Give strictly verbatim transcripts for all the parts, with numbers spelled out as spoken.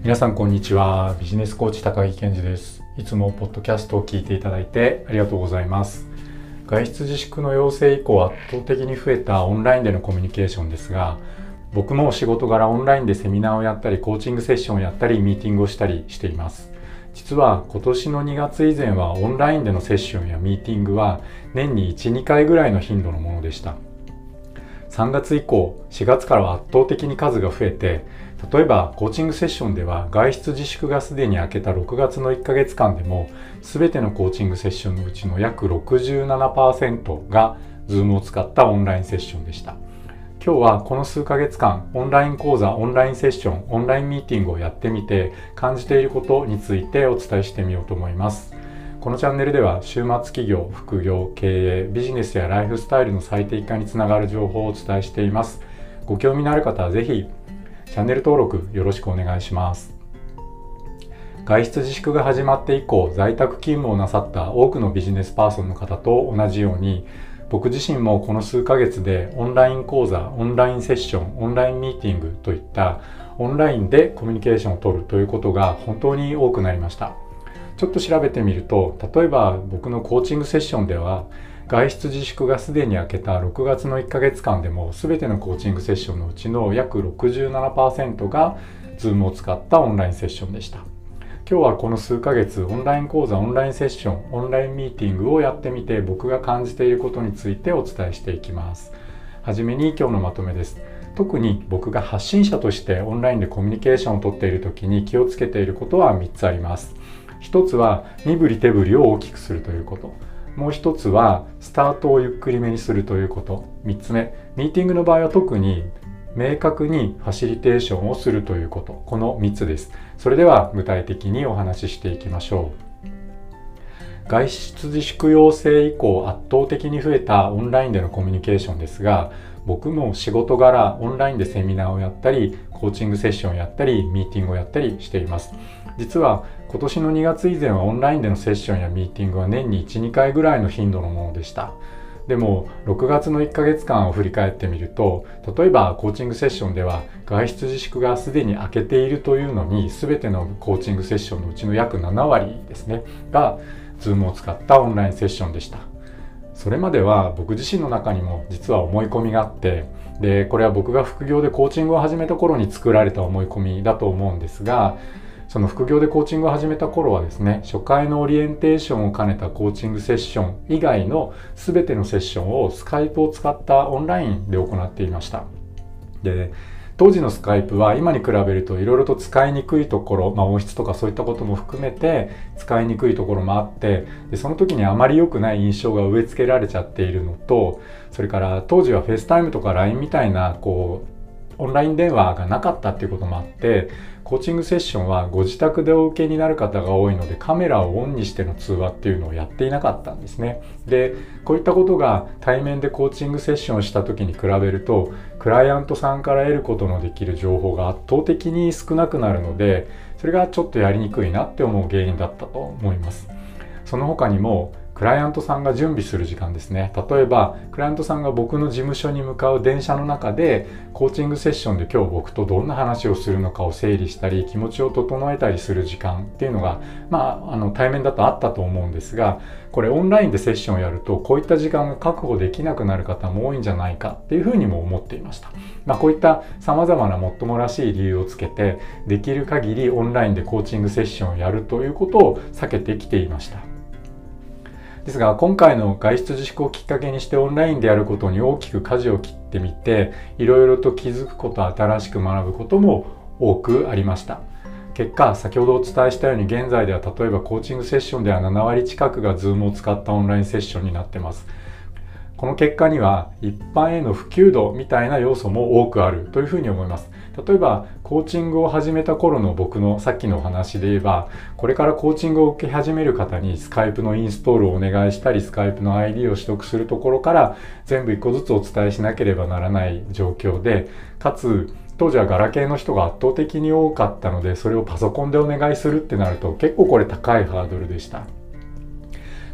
皆さんこんにちは。ビジネスコーチ高木健二です。いつもポッドキャストを聞いていただいてありがとうございます。外出自粛の要請以降圧倒的に増えたオンラインでのコミュニケーションですが、僕も仕事柄オンラインでセミナーをやったりコーチングセッションをやったりミーティングをしたりしています。実は今年のにがつ以前はオンラインでのセッションやミーティングは年にいち、にかいぐらいの頻度のものでした。さんがつ以降、しがつからは圧倒的に数が増えて、例えばコーチングセッションでは外出自粛がすでに明けたろくがつのいっかげつかんでも全てのコーチングセッションのうちの約 ろくじゅうななパーセント が Zoom を使ったオンラインセッションでした。今日はこの数ヶ月間オンライン講座、オンラインセッション、オンラインミーティングをやってみて感じていることについてお伝えしてみようと思います。このチャンネルでは週末企業、副業、経営、ビジネスやライフスタイルの最適化につながる情報をお伝えしています。ご興味のある方はぜひチャンネル登録よろしくお願いします。外出自粛が始まって以降、在宅勤務をなさった多くのビジネスパーソンの方と同じように、僕自身もこの数ヶ月でオンライン講座、オンラインセッション、オンラインミーティングといったオンラインでコミュニケーションを取るということが本当に多くなりました。ちょっと調べてみると、例えば僕のコーチングセッションでは外出自粛がすでに明けたろくがつのいっかげつかんでも全てのコーチングセッションのうちの約 ろくじゅうななパーセント が Zoom を使ったオンラインセッションでした。今日はこの数ヶ月オンライン講座、オンラインセッション、オンラインミーティングをやってみて僕が感じていることについてお伝えしていきます。はじめに今日のまとめです。特に僕が発信者としてオンラインでコミュニケーションをとっている時に気をつけていることはみっつあります。ひとつは身振り手振りを大きくするということ。もう一つはスタートをゆっくりめにするということ。みっつめ、ミーティングの場合は特に明確にファシリテーションをするということ。このみっつです。それでは具体的にお話ししていきましょう。外出自粛要請以降圧倒的に増えたオンラインでのコミュニケーションですが、僕も仕事柄オンラインでセミナーをやったりコーチングセッションをやったりミーティングをやったりしています。実は今年のにがつ以前はオンラインでのセッションやミーティングは年にいち、にかいぐらいの頻度のものでした。でもろくがつのいっかげつかんを振り返ってみると、例えばコーチングセッションでは外出自粛がすでに明けているというのに全てのコーチングセッションのうちの約ななわりですねが Zoom を使ったオンラインセッションでした。それまでは僕自身の中にも実は思い込みがあって、でこれは僕が副業でコーチングを始めた頃に作られた思い込みだと思うんですが、その副業でコーチングを始めた頃はですね、初回のオリエンテーションを兼ねたコーチングセッション以外の全てのセッションをスカイプを使ったオンラインで行っていました。で当時のスカイプは今に比べるといろいろと使いにくいところ、まあ、音質とかそういったことも含めて使いにくいところもあって、でその時にあまり良くない印象が植え付けられちゃっているのと、それから当時はフェイスタイムとか ライン みたいなこうオンライン電話がなかったっていうこともあって、コーチングセッションはご自宅でお受けになる方が多いのでカメラをオンにしての通話っていうのをやっていなかったんですね。でこういったことが対面でコーチングセッションをした時に比べるとクライアントさんから得ることのできる情報が圧倒的に少なくなるので、それがちょっとやりにくいなって思う原因だったと思います。その他にもクライアントさんが準備する時間ですね。例えばクライアントさんが僕の事務所に向かう電車の中でコーチングセッションで今日僕とどんな話をするのかを整理したり気持ちを整えたりする時間っていうのが、まあ、あの対面だとあったと思うんですが、これオンラインでセッションをやるとこういった時間が確保できなくなる方も多いんじゃないかっていうふうにも思っていました。まあ、こういった様々なもっともらしい理由をつけてできる限りオンラインでコーチングセッションをやるということを避けてきていました。ですが今回の外出自粛をきっかけにしてオンラインでやることに大きく舵を切ってみて、いろいろと気づくこと、新しく学ぶことも多くありました。結果、先ほどお伝えしたように現在では例えばコーチングセッションではななわり近くが Zoom を使ったオンラインセッションになっています。この結果には一般への普及度みたいな要素も多くあるというふうに思います。例えばコーチングを始めた頃の僕のさっきのお話で言えば、これからコーチングを受け始める方にスカイプのインストールをお願いしたりスカイプの アイディー を取得するところから全部一個ずつお伝えしなければならない状況で、かつ当時はガラケーの人が圧倒的に多かったので、それをパソコンでお願いするってなると結構これ高いハードルでした。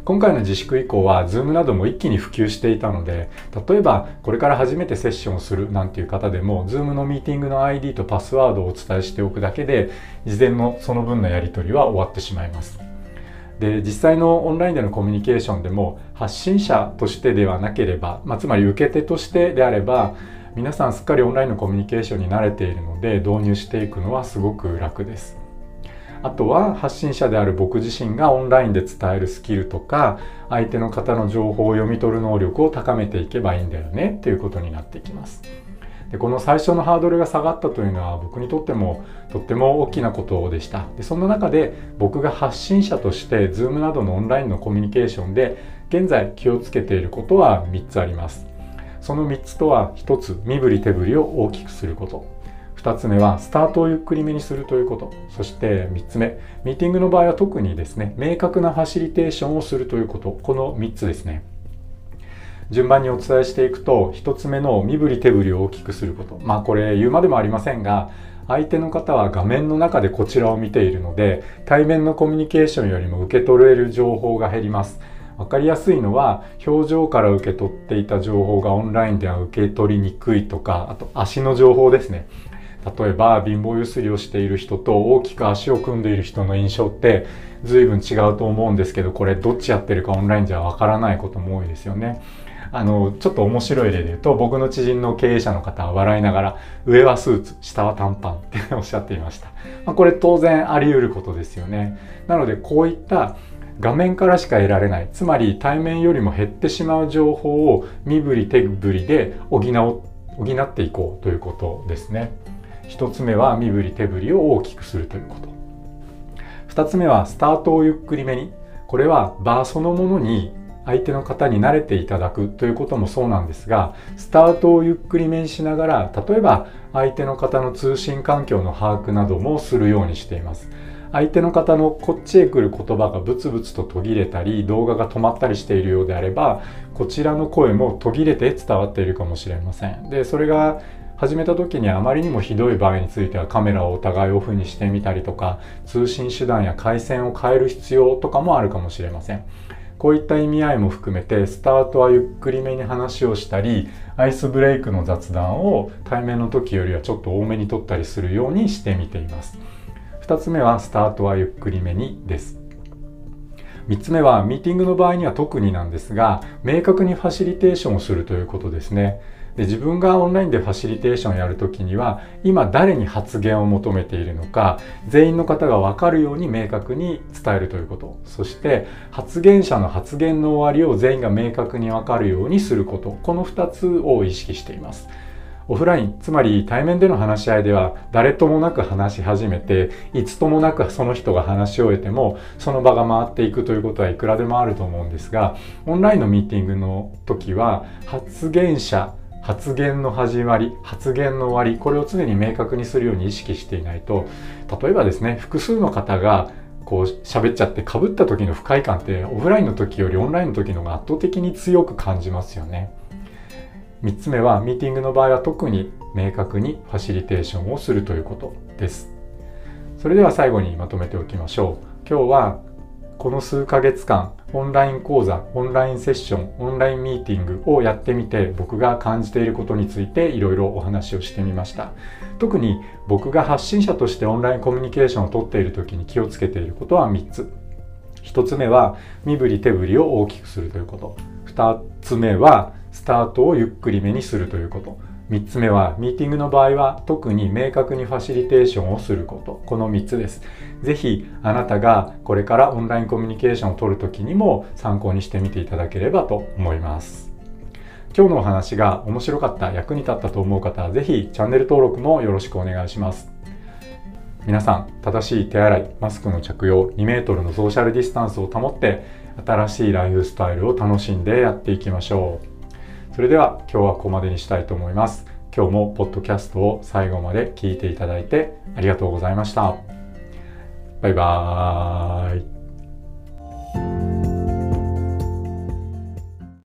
今回の自粛以降は Zoom なども一気に普及していたので、例えばこれから初めてセッションをするなんていう方でも Zoom のミーティングの アイディー とパスワードをお伝えしておくだけで事前のその分のやり取りは終わってしまいます。で、実際のオンラインでのコミュニケーションでも発信者としてではなければ、まあ、つまり受け手としてであれば皆さんすっかりオンラインのコミュニケーションに慣れているので導入していくのはすごく楽です。あとは発信者である僕自身がオンラインで伝えるスキルとか相手の方の情報を読み取る能力を高めていけばいいんだよねっていうことになってきます。で、この最初のハードルが下がったというのは僕にとってもとっても大きなことでした。で、そんな中で僕が発信者として Zoom などのオンラインのコミュニケーションで現在気をつけていることはみっつあります。そのみっつとは、ひとつ身振り手振りを大きくすること、ふたつめはスタートをゆっくりめにするということ、そしてみっつめ、ミーティングの場合は特にですね、明確なファシリテーションをするということ、このみっつですね。順番にお伝えしていくと、ひとつめの身振り手振りを大きくすること、まあこれ言うまでもありませんが、相手の方は画面の中でこちらを見ているので対面のコミュニケーションよりも受け取れる情報が減ります。わかりやすいのは、表情から受け取っていた情報がオンラインでは受け取りにくいとか、あと足の情報ですね。例えば貧乏ゆすりをしている人と大きく足を組んでいる人の印象って随分違うと思うんですけど、これどっちやってるかオンラインじゃわからないことも多いですよね。あのちょっと面白い例で言うと、僕の知人の経営者の方は笑いながら上はスーツ下は短パンっておっしゃっていました。まあ、これ当然あり得ることですよね。なのでこういった画面からしか得られない、つまり対面よりも減ってしまう情報を身振り手振りで補お補っていこうということですね。一つ目は身振り手振りを大きくするということ。二つ目はスタートをゆっくりめに。これは場そのものに相手の方に慣れていただくということもそうなんですが、スタートをゆっくりめにしながら、例えば相手の方の通信環境の把握などもするようにしています。相手の方のこっちへ来る言葉がブツブツと途切れたり、動画が止まったりしているようであれば、こちらの声も途切れて伝わっているかもしれません。で、それが始めた時にあまりにもひどい場合についてはカメラをお互いオフにしてみたりとか、通信手段や回線を変える必要とかもあるかもしれません。こういった意味合いも含めて、スタートはゆっくりめに話をしたり、アイスブレイクの雑談を対面の時よりはちょっと多めに取ったりするようにしてみています。ふたつめはスタートはゆっくりめにです。みっつめはミーティングの場合には特になんですが、明確にファシリテーションをするということですね。で、自分がオンラインでファシリテーションをやるときには、今誰に発言を求めているのか、全員の方が分かるように明確に伝えるということ。そして発言者の発言の終わりを全員が明確に分かるようにすること。このふたつを意識しています。オフライン、つまり対面での話し合いでは誰ともなく話し始めて、いつともなくその人が話し終えてもその場が回っていくということはいくらでもあると思うんですが、オンラインのミーティングの時は発言者、発言の始まり、発言の終わり、これを常に明確にするように意識していないと、例えばですね、複数の方がこう喋っちゃって被った時の不快感ってオフラインの時よりオンラインの時の方が圧倒的に強く感じますよね。みっつめはミーティングの場合は特に明確にファシリテーションをするということです。それでは最後にまとめておきましょう。今日はこの数ヶ月間、オンライン講座、オンラインセッション、オンラインミーティングをやってみて、僕が感じていることについていろいろお話をしてみました。特に僕が発信者としてオンラインコミュニケーションをとっている時に気をつけていることはみっつ。ひとつめは身振り手振りを大きくするということ。ふたつめはスタートをゆっくりめにするということ。みっつめはミーティングの場合は特に明確にファシリテーションをすること。このみっつです。ぜひあなたがこれからオンラインコミュニケーションを取るときにも参考にしてみていただければと思います。今日のお話が面白かった、役に立ったと思う方はぜひチャンネル登録もよろしくお願いします。皆さん、正しい手洗い、マスクの着用、にメートルのソーシャルディスタンスを保って新しいライフスタイルを楽しんでやっていきましょう。それでは今日はここまでにしたいと思います。今日もポッドキャストを最後まで聞いていただいてありがとうございました。バイバーイ。